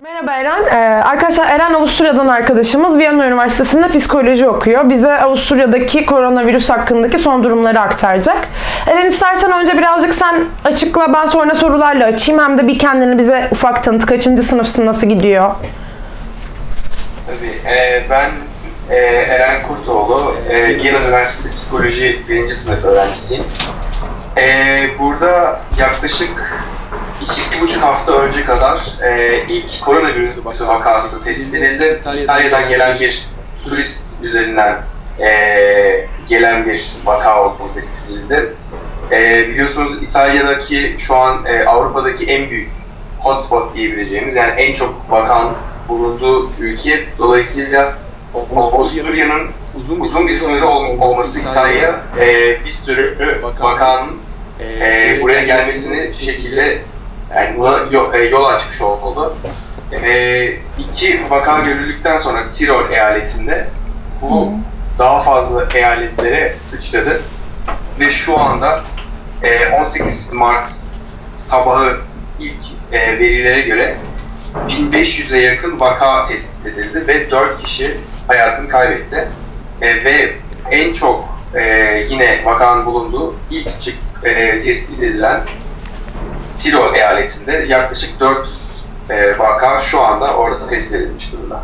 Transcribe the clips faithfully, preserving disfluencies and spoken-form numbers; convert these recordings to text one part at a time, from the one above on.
Merhaba Eren. Ee, arkadaşlar Eren Avusturya'dan arkadaşımız. Viyana Üniversitesi'nde psikoloji okuyor. Bize Avusturya'daki koronavirüs hakkındaki son durumları aktaracak. Eren istersen önce birazcık sen açıkla, ben sonra sorularla açayım. Hem de bir kendini bize ufak tanıt. Kaçıncı sınıfsın, nasıl gidiyor? Tabii. E, ben e, Eren Kurtoğlu. E, Viyana Üniversitesi Psikoloji birinci sınıf öğrencisiyim. E, burada yaklaşık iki buçuk hafta önce kadar e, ilk koronavirüs vakası tespit edildi. İtalya'dan gelen bir turist üzerinden e, gelen bir vaka olduğu tespit edildi. E, biliyorsunuz İtalya'daki şu an e, Avrupa'daki en büyük hotspot diyebileceğimiz, yani en çok vakanın bulunduğu ülke. Dolayısıyla Avusturya'nın uzun, uzun bir sınırı ol, olması İtalya'ya e, bir sürü vakanın e, buraya gelmesini bir şekilde, yani buna yol, yol açmış oldu. E, iki vaka görüldükten sonra Tirol eyaletinde bu daha fazla eyaletlere sıçradı ve şu anda e, on sekiz Mart sabahı ilk e, verilere göre bin beş yüze yakın vaka tespit edildi ve dört kişi hayatını kaybetti. E, ve en çok e, yine vakanın bulunduğu ilk çık, e, tespit edilen Tirol eyaletinde yaklaşık dört e, vaka şu anda orada tespit edilmiş durumda.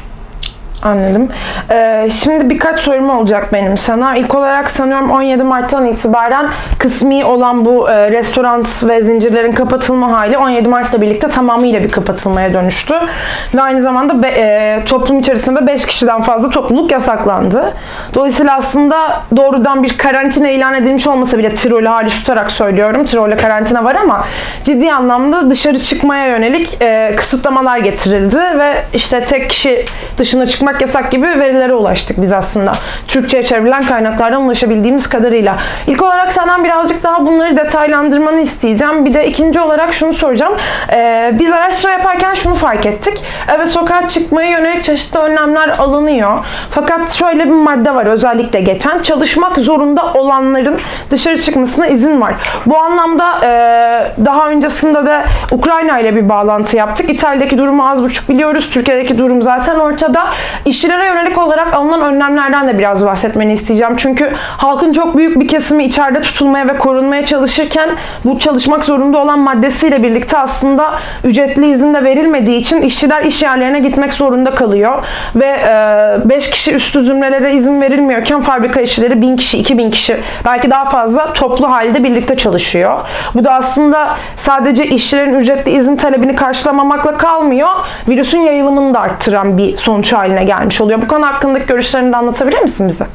Anladım. Ee, şimdi birkaç sorum olacak benim sana. İlk olarak sanıyorum on yedi Mart'tan itibaren kısmi olan bu e, restoran ve zincirlerin kapatılma hali on yedi Mart'la birlikte tamamıyla bir kapatılmaya dönüştü. Ve aynı zamanda be, e, toplum içerisinde beş kişiden fazla topluluk yasaklandı. Dolayısıyla aslında doğrudan bir karantina ilan edilmiş olmasa bile, Tirol'ü hariç tutarak söylüyorum, Tirol'e karantina var ama ciddi anlamda dışarı çıkmaya yönelik e, kısıtlamalar getirildi ve işte tek kişi dışına çıkmak yasak gibi verilere ulaştık biz aslında. Türkçe'ye çevrilen kaynaklardan ulaşabildiğimiz kadarıyla. İlk olarak senden birazcık daha bunları detaylandırmanı isteyeceğim. Bir de ikinci olarak şunu soracağım. Ee, biz araştırma yaparken şunu fark ettik. Evet, sokağa çıkmaya yönelik çeşitli önlemler alınıyor. Fakat şöyle bir madde var özellikle geçen. Çalışmak zorunda olanların dışarı çıkmasına izin var. Bu anlamda e, daha öncesinde de Ukrayna ile bir bağlantı yaptık. İtalya'daki durumu az buçuk biliyoruz. Türkiye'deki durum zaten ortada. İşçilere yönelik olarak alınan önlemlerden de biraz bahsetmeni isteyeceğim. Çünkü halkın çok büyük bir kesimi içeride tutulmaya ve korunmaya çalışırken bu çalışmak zorunda olan maddesiyle birlikte aslında ücretli izin de verilmediği için işçiler iş yerlerine gitmek zorunda kalıyor. Ve beş kişi üstü zümrelere izin verilmiyorken fabrika işçileri bin kişi, iki bin kişi, belki daha fazla toplu halde birlikte çalışıyor. Bu da aslında sadece işçilerin ücretli izin talebini karşılamamakla kalmıyor, virüsün yayılımını da arttıran bir sonuç haline gelmiş oluyor. Bu konu hakkındaki görüşlerini de anlatabilir misin bize?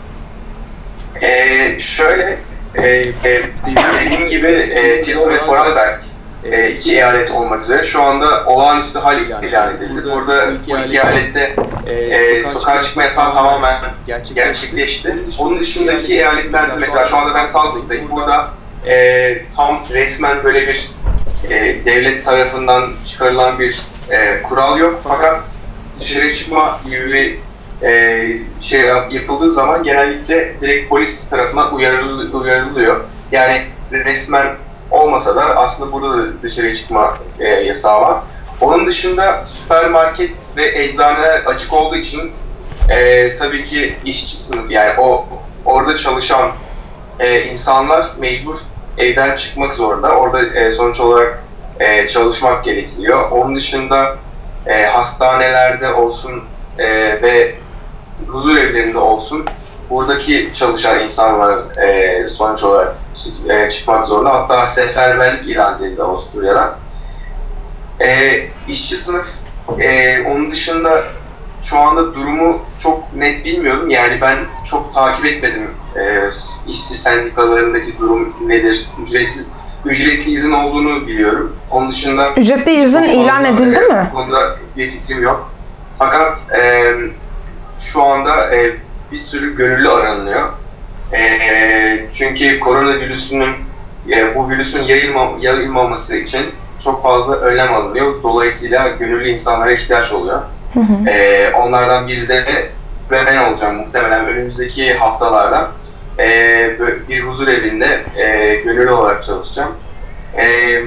Ee, şöyle, e, e, dediğim gibi e, Tirol ve Vorarlberg e, iki eyalet olmak üzere şu anda olağanüstü hal ilan edildi. Burada bu iki eyalette e, sokağa çıkma yasağı tamamen gerçekleşti. Onun dışındaki eyaletlerde, mesela şu anda ben Salzburg'dayım. Burada e, tam resmen böyle bir e, devlet tarafından çıkarılan bir e, kural yok. Fakat dışarı çıkma gibi bir e, şey yapıldığı zaman genellikle direkt polis tarafından uyarıl, uyarılıyor. Yani resmen olmasa da aslında burada da dışarıya çıkma e, yasağı var. Onun dışında süpermarket ve eczaneler açık olduğu için e, tabii ki işçi sınıf, yani o orada çalışan e, insanlar mecbur evden çıkmak zorunda. Orada e, sonuç olarak e, çalışmak gerekiyor. Onun dışında E, hastanelerde olsun e, ve huzur evlerinde olsun buradaki çalışan insanlar e, sonuç olarak e, çıkmak zorunda. Hatta seferberlik ilan edildi Avusturya'da. E, işçi sınıf, e, onun dışında şu anda durumu çok net bilmiyorum. Yani ben çok takip etmedim e, işçi sendikalarındaki durum nedir, ücretsiz. Ücretli izin olduğunu biliyorum. Onun dışında ücretli izin ilan edildi e, mi? Bu konuda bir fikrim yok. Fakat e, şu anda e, bir sürü gönüllü aranıyor. E, çünkü koronavirüsünün e, bu virüsün yayılma, yayılmaması için çok fazla önlem alınıyor. Dolayısıyla gönüllü insanlara ihtiyaç oluyor. Hı hı. E, onlardan biri de ben olacağım muhtemelen önümüzdeki haftalarda. Ee, bir huzur evinde e, gönüllü olarak çalışacağım. E,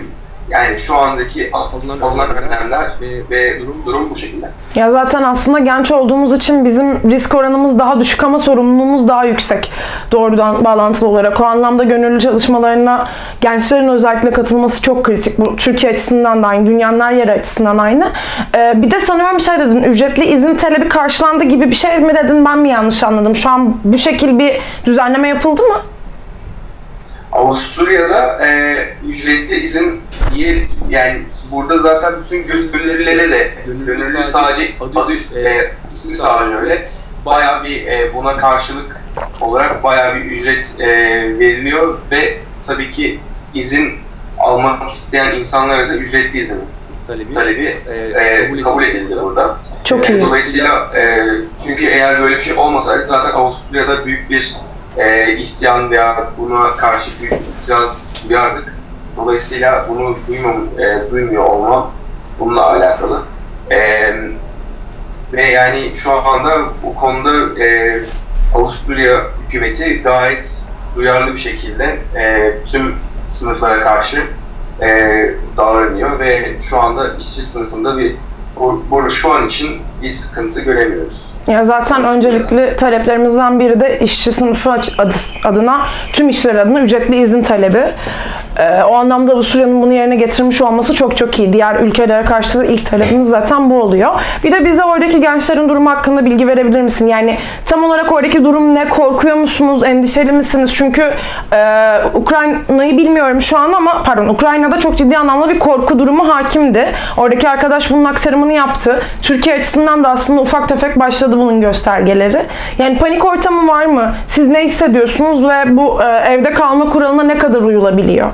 Yani şu andaki alınan, alınan önlemler ve, ve durum, durum bu şekilde. Ya zaten aslında genç olduğumuz için bizim risk oranımız daha düşük ama sorumluluğumuz daha yüksek doğrudan bağlantılı olarak. O anlamda gönüllü çalışmalarına gençlerin özellikle katılması çok kritik. Bu Türkiye açısından da aynı, dünyanın her yeri açısından aynı. Ee, bir de sanıyorum bir şey dedin, ücretli izin talebi karşılandı gibi bir şey mi dedin, ben mi yanlış anladım? Şu an bu şekil bir düzenleme yapıldı mı? Avusturya'da e, ücretli izin diye, yani burada zaten bütün gönüllülere de gönüllü sadece adı üst e, ismi sadece öyle bayağı bir e, buna karşılık olarak bayağı bir ücret e, veriliyor ve tabii ki izin almak isteyen insanlara da ücretli izin talebi, talebi e, kabul, kabul edildi burada. Çok iyi. E, dolayısıyla e, çünkü eğer böyle bir şey olmasaydı zaten Avusturya'da büyük bir e, isyan veya buna karşı bir itiraz duyardık. Dolayısıyla bunu duymam, e, duymuyor olmam bununla alakalı. E, ve yani şu anda bu konuda e, Avusturya hükümeti gayet duyarlı bir şekilde e, tüm sınıflara karşı e, davranıyor ve şu anda işçi sınıfında bir bu, bu şu an için bir sıkıntı göremiyoruz. Ya zaten öncelikli taleplerimizden biri de işçi sınıfı adına, tüm işler adına ücretli izin talebi. Ee, o anlamda Avusturya'nın bunu yerine getirmiş olması çok çok iyi. Diğer ülkelere karşı da ilk talebimiz zaten bu oluyor. Bir de bize oradaki gençlerin durumu hakkında bilgi verebilir misin? Yani tam olarak oradaki durum ne? Korkuyor musunuz? Endişeli misiniz? Çünkü e, Ukrayna'yı bilmiyorum şu an ama pardon Ukrayna'da çok ciddi anlamda bir korku durumu hakimdi. Oradaki arkadaş bunun aktarımını yaptı. Türkiye açısından da aslında ufak tefek başladı bunun göstergeleri. Yani panik ortamı var mı? Siz ne hissediyorsunuz ve bu e, evde kalma kuralına ne kadar uyulabiliyor?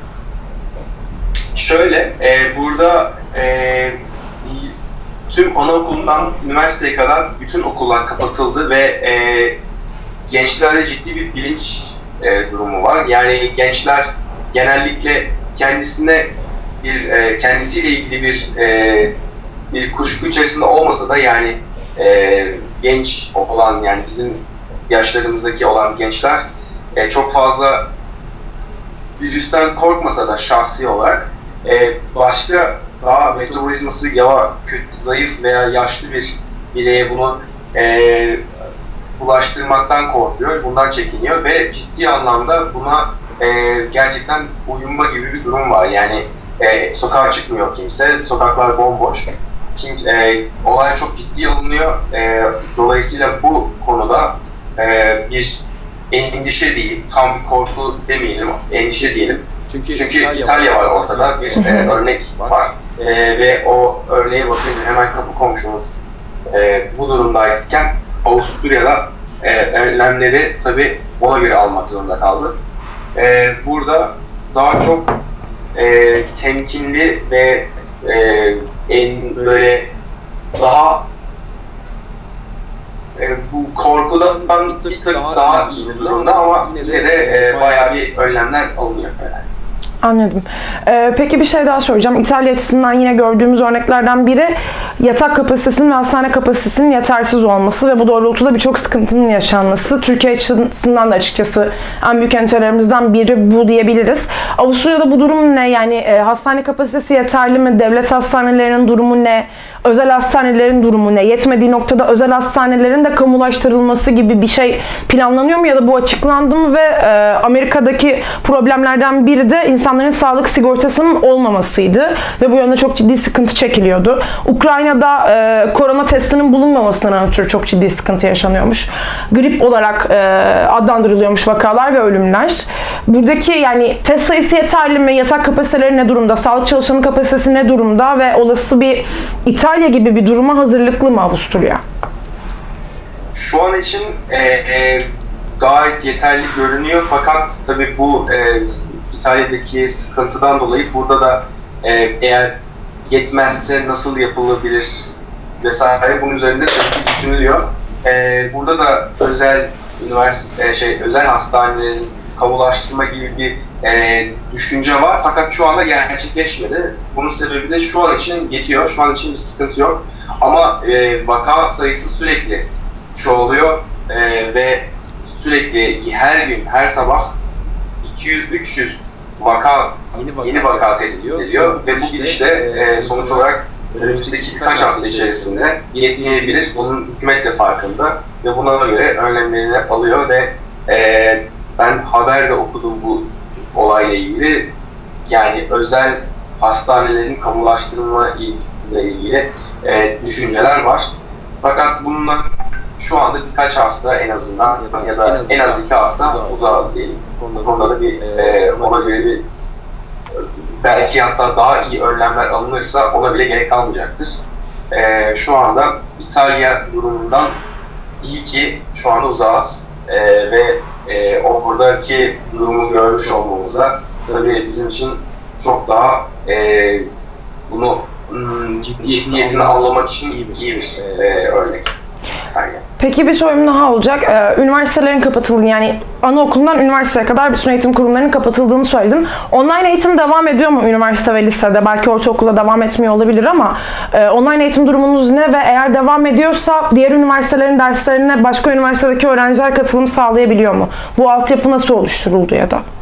Şöyle, e, burada e, tüm anaokulundan üniversiteye kadar bütün okullar kapatıldı ve e, gençlerde ciddi bir bilinç e, durumu var. Yani gençler genellikle kendisine bir e, kendisiyle ilgili bir e, bir kuşku içerisinde olmasa da yani e, genç olan yani bizim yaşlarımızdaki olan gençler e, çok fazla virüsten korkmasa da şahsi olarak e, başka daha metabolizması yavaş, kötü, zayıf veya yaşlı bir bireye bunu e, bulaştırmaktan korkuyor, bundan çekiniyor ve ciddi anlamda buna e, gerçekten uyumma gibi bir durum var. Yani e, sokağa çıkmıyor kimse, sokaklar bomboş. Kim, e, olay çok ciddi alınıyor. E, dolayısıyla bu konuda e, bir endişe değil, tam bir korku demeyelim, endişe diyelim. Çünkü, Çünkü İtalya, İtalya var ortada, bir e, örnek var e, ve o örneğe bakınca hemen kapı komşumuz e, bu durumdayken Avusturya'da e, önlemleri tabii ona göre almak zorunda kaldı. E, burada daha çok e, temkinli ve e, en böyle daha e, bu korkudan bir tık daha, daha iyi bir durumda ama yine de e, bayağı bir önlemler alınıyor. Yani. Anladım. Ee, peki bir şey daha soracağım. İtalya açısından yine gördüğümüz örneklerden biri yatak kapasitesinin ve hastane kapasitesinin yetersiz olması ve bu doğrultuda birçok sıkıntının yaşanması. Türkiye açısından da açıkçası en büyük endişelerimizden biri bu diyebiliriz. Avusturya'da bu durum ne? Yani e, hastane kapasitesi yeterli mi? Devlet hastanelerinin durumu ne? Özel hastanelerin durumu ne? Yetmediği noktada özel hastanelerin de kamulaştırılması gibi bir şey planlanıyor mu ya da bu açıklandı mı ve e, Amerika'daki problemlerden biri de insanların sağlık sigortasının olmamasıydı ve bu yönde çok ciddi sıkıntı çekiliyordu. Ukrayna'da e, korona testinin bulunmamasından ötürü çok ciddi sıkıntı yaşanıyormuş. Grip olarak e, adlandırılıyormuş vakalar ve ölümler. Buradaki yani test sayısı yeterli mi? Yatak kapasiteleri ne durumda? Sağlık çalışanı kapasitesi ne durumda? Ve olası bir İtalya gibi bir duruma hazırlıklı mı Avusturya? Şu an için e, e, gayet yeterli görünüyor fakat tabii bu e, İtalya'daki sıkıntıdan dolayı burada da e, eğer yetmezse nasıl yapılabilir vesaire bunun üzerinde tabii ki düşünülüyor. E, burada da özel üniversite şey özel hastanelerin kamulaştırma gibi bir e, düşünce var fakat şu anda gerçekleşmedi. Bunun sebebi de şu an için yetiyor. Şu an için bir sıkıntı yok. Ama e, vaka sayısı sürekli çoğalıyor e, ve sürekli her gün, her sabah iki yüz üç yüz vaka yeni vaka tespit ediliyor ve bu gidişle e, sonuç olarak önümüzdeki birkaç hafta içerisinde yetmeyebilir. Bunun hükümet de farkında ve buna göre önlemlerini alıyor ve e, ben haberde okudum bu olayla ilgili. Yani özel hastanelerin kamulaştırılma ile ilgili e, düşünceler var. Fakat bunlar şu anda birkaç hafta en azından ya da, ya da en az iki hafta uzağız diyelim. Bu konuda da bir e, ona göre bir belki hatta daha iyi önlemler alınırsa ona bile gerek kalmayacaktır. E, şu anda İtalya durumundan iyi ki şu anda uzağız e, ve e, oradaki durumu görmüş olmamızda tabii bizim için çok daha e, bunu hmm, ciddiyetini anlamak için iyi bir, iyi bir e, örnek. İtalya. Peki bir sorum daha olacak. Ee, üniversitelerin kapatıldığını, yani anaokulundan üniversiteye kadar bütün eğitim kurumlarının kapatıldığını söyledin. Online eğitim devam ediyor mu üniversite ve lisede? Belki ortaokulda devam etmiyor olabilir ama e, online eğitim durumunuz ne ve eğer devam ediyorsa diğer üniversitelerin derslerine başka üniversitedeki öğrenciler katılım sağlayabiliyor mu? Bu altyapı nasıl oluşturuldu ya da?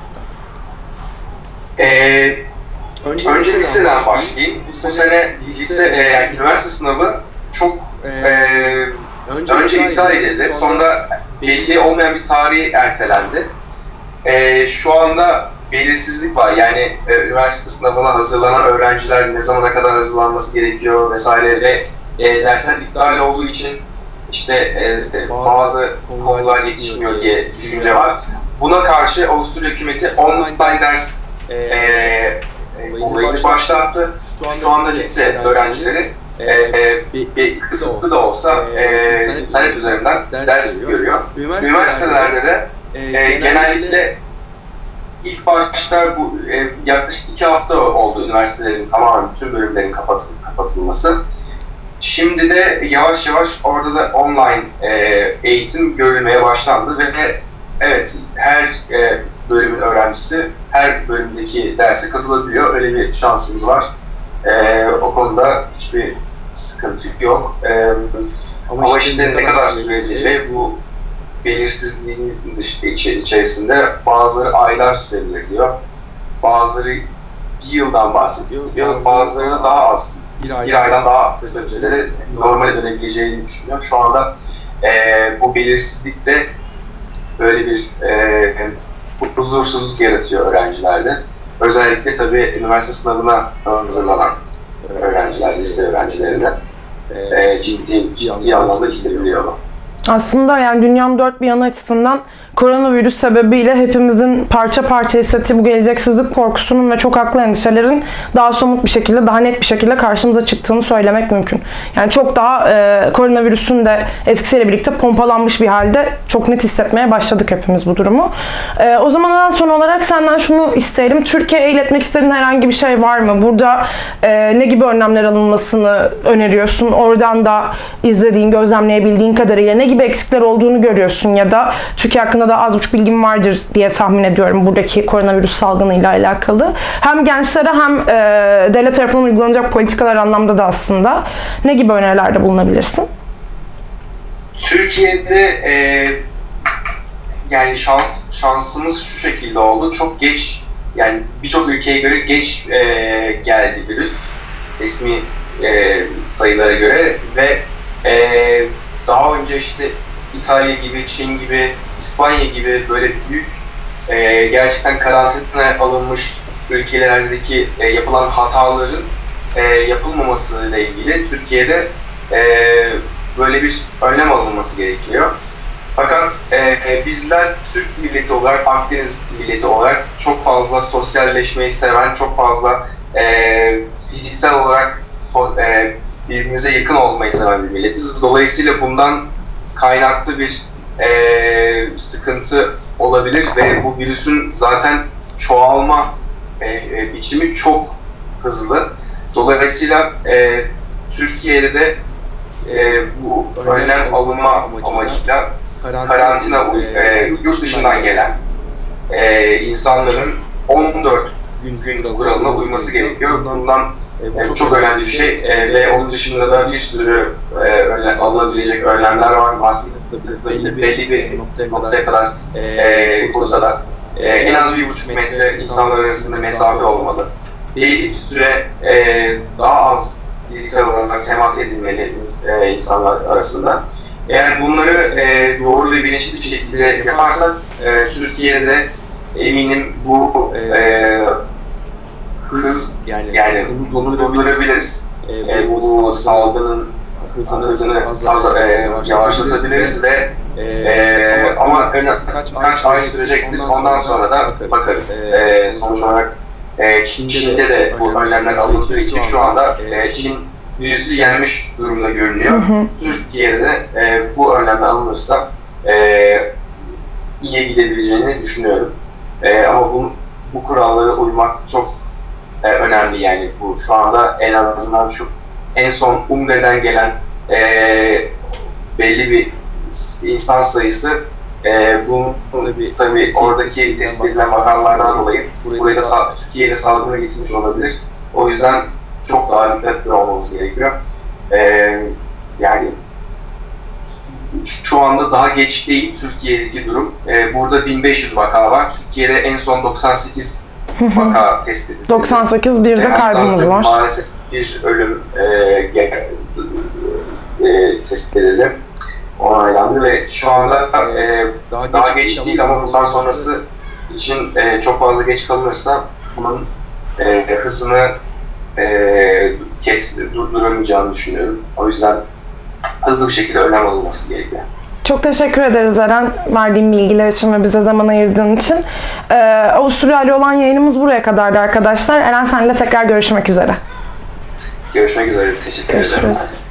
Ee, önce, önce liseden başlayayım. Bu sene lise, e, yani üniversite sınavı çok e, Önce, Önce iptal edildi, sonra belli olmayan bir tarihi ertelendi. Ee, şu anda belirsizlik var, yani e, üniversite sınavına hazırlanan öğrenciler ne zamana kadar hazırlanması gerekiyor vesaire ve e, dersler iptal olduğu için işte e, bazı konular yetişmiyor diye düşünce var. Buna karşı Avusturya hükümeti online ders e, e, olayını başlattı. Şu anda lise öğrencileri Ee, bir, bir kısıtlı da olsa e, internet üzerinden ders görüyor. Üniversitelerde de e, genellikle ilk başta bu e, yaklaşık iki hafta oldu üniversitelerin tamamen bütün bölümlerin kapatıl, kapatılması. Şimdi de yavaş yavaş orada da online e, eğitim görülmeye başlandı ve evet her e, bölümün öğrencisi her bölümdeki derse katılabiliyor. Öyle bir şansımız var. E, o konuda hiçbir sıkıntı yok. Ee, ama, ama işte, işte ne kadar süreceği bu belirsizliğin içerisinde bazıları aylar sürebilir diyor. Bazıları bir yıldan bahsediyor. Bazıları da daha az. Bir, ay, bir aydan daha kısa bir sürede normale dönebileceğini düşünüyor. Şu anda e, bu belirsizlikte böyle bir e, huzursuzluk yaratıyor öğrencilerde. Özellikle tabii üniversite sınavına hazırlanan öğrenciler, lise öğrencilerine e, ciddi, ciddi anlamda hissediliyor bu. Aslında yani dünyanın dört bir yanı açısından koronavirüs sebebiyle hepimizin parça parça hissettiği bu geleceksizlik korkusunun ve çok haklı endişelerin daha somut bir şekilde, daha net bir şekilde karşımıza çıktığını söylemek mümkün. Yani çok daha e, koronavirüsün de etkisiyle birlikte pompalanmış bir halde çok net hissetmeye başladık hepimiz bu durumu. E, o zaman son olarak senden şunu isterim. Türkiye'ye iletmek istediğin herhangi bir şey var mı? Burada e, ne gibi önlemler alınmasını öneriyorsun? Oradan da izlediğin, gözlemleyebildiğin kadarıyla ne gibi eksikler olduğunu görüyorsun ya da Türkiye hakkında da az buçuk bilgim vardır diye tahmin ediyorum buradaki koronavirüs salgınıyla alakalı. Hem gençlere hem e, devlet tarafından uygulanacak politikalar anlamda da aslında ne gibi önerilerde bulunabilirsin? Türkiye'de e, yani şans şansımız şu şekilde oldu. Çok geç, yani birçok ülkeye göre geç e, geldi virüs resmi e, sayılara göre ve e, daha önce işte İtalya gibi, Çin gibi, İspanya gibi böyle büyük e, gerçekten karantinaya alınmış ülkelerdeki e, yapılan hataların e, yapılmaması ile ilgili Türkiye'de e, böyle bir önlem alınması gerekiyor. Fakat e, bizler Türk milleti olarak, Akdeniz milleti olarak çok fazla sosyalleşmeyi seven, çok fazla e, fiziksel olarak so, e, birbirimize yakın olmayı seven bir milletiz. Dolayısıyla bundan kaynaklı bir e, sıkıntı olabilir ve bu virüsün zaten çoğalma e, e, biçimi çok hızlı. Dolayısıyla e, Türkiye'de de e, bu önlem alınma amacıyla karantina, e, yurt dışından gelen e, insanların on dört gün kuralına uyması gerekiyor. Bundan E, bu çok önemli bir şey e, ve onun dışında da bir sürü e, önlem, alınabilecek önlemler var. Aslında belli bir noktaya kadar e, korusa da e, en az bir buçuk metre insanlar arasında mesafe olmalı. Belli bir süre e, daha az fiziksel olarak temas edilmeli e, insanlar arasında. Eğer bunları e, doğru ve bilinçli bir şekilde yaparsak, e, Türkiye'de de eminim bu e, hız, yani, yani bunu durdurabiliriz. E, bu salgının hızını, hızını az, e, yavaşlatabiliriz ve e, ama kaç, kaç ay sürecektir, ondan sonra da bakarız. E, sonuç olarak e, Çin'de de bu önlemler alındığı için şu anda e, Çin virüsü yenmiş durumda görünüyor. Hı hı. Türkiye'de de e, bu önlemler alınırsa e, iyiye gidebileceğini düşünüyorum. E, ama bu, bu kurallara uymak çok e, önemli yani. Bu şu anda en azından şu en son Umre'den gelen e, belli bir insan sayısı e, bu tabii, tabii oradaki tespit edilen vakalardan dolayı buraya da Türkiye'de salgına getirmiş olabilir. O yüzden çok daha dikkatli olmamız gerekiyor. Ee, yani şu anda daha geç değil Türkiye'deki durum. Ee, burada bin beş yüz vaka var. Türkiye'de en son doksan sekiz vaka tespit edildi. doksan sekiz bir de kaybımız var. Maalesef bir ölüm e, e, tespit edildi. Onaylandı ve şu anda e, daha, daha geç, geç değil ama bundan sonrası için e, çok fazla geç kalınırsa bunun e, hızını e, kes, durduramayacağını düşünüyorum. O yüzden hızlı bir şekilde önlem alınması gerekiyor. Çok teşekkür ederiz Eren, verdiğin bilgiler için ve bize zaman ayırdığın için. Ee, Avusturya olan yayınımız buraya kadardı arkadaşlar. Eren, seninle tekrar görüşmek üzere. Görüşmek üzere, teşekkür ederim. Görüşürüz.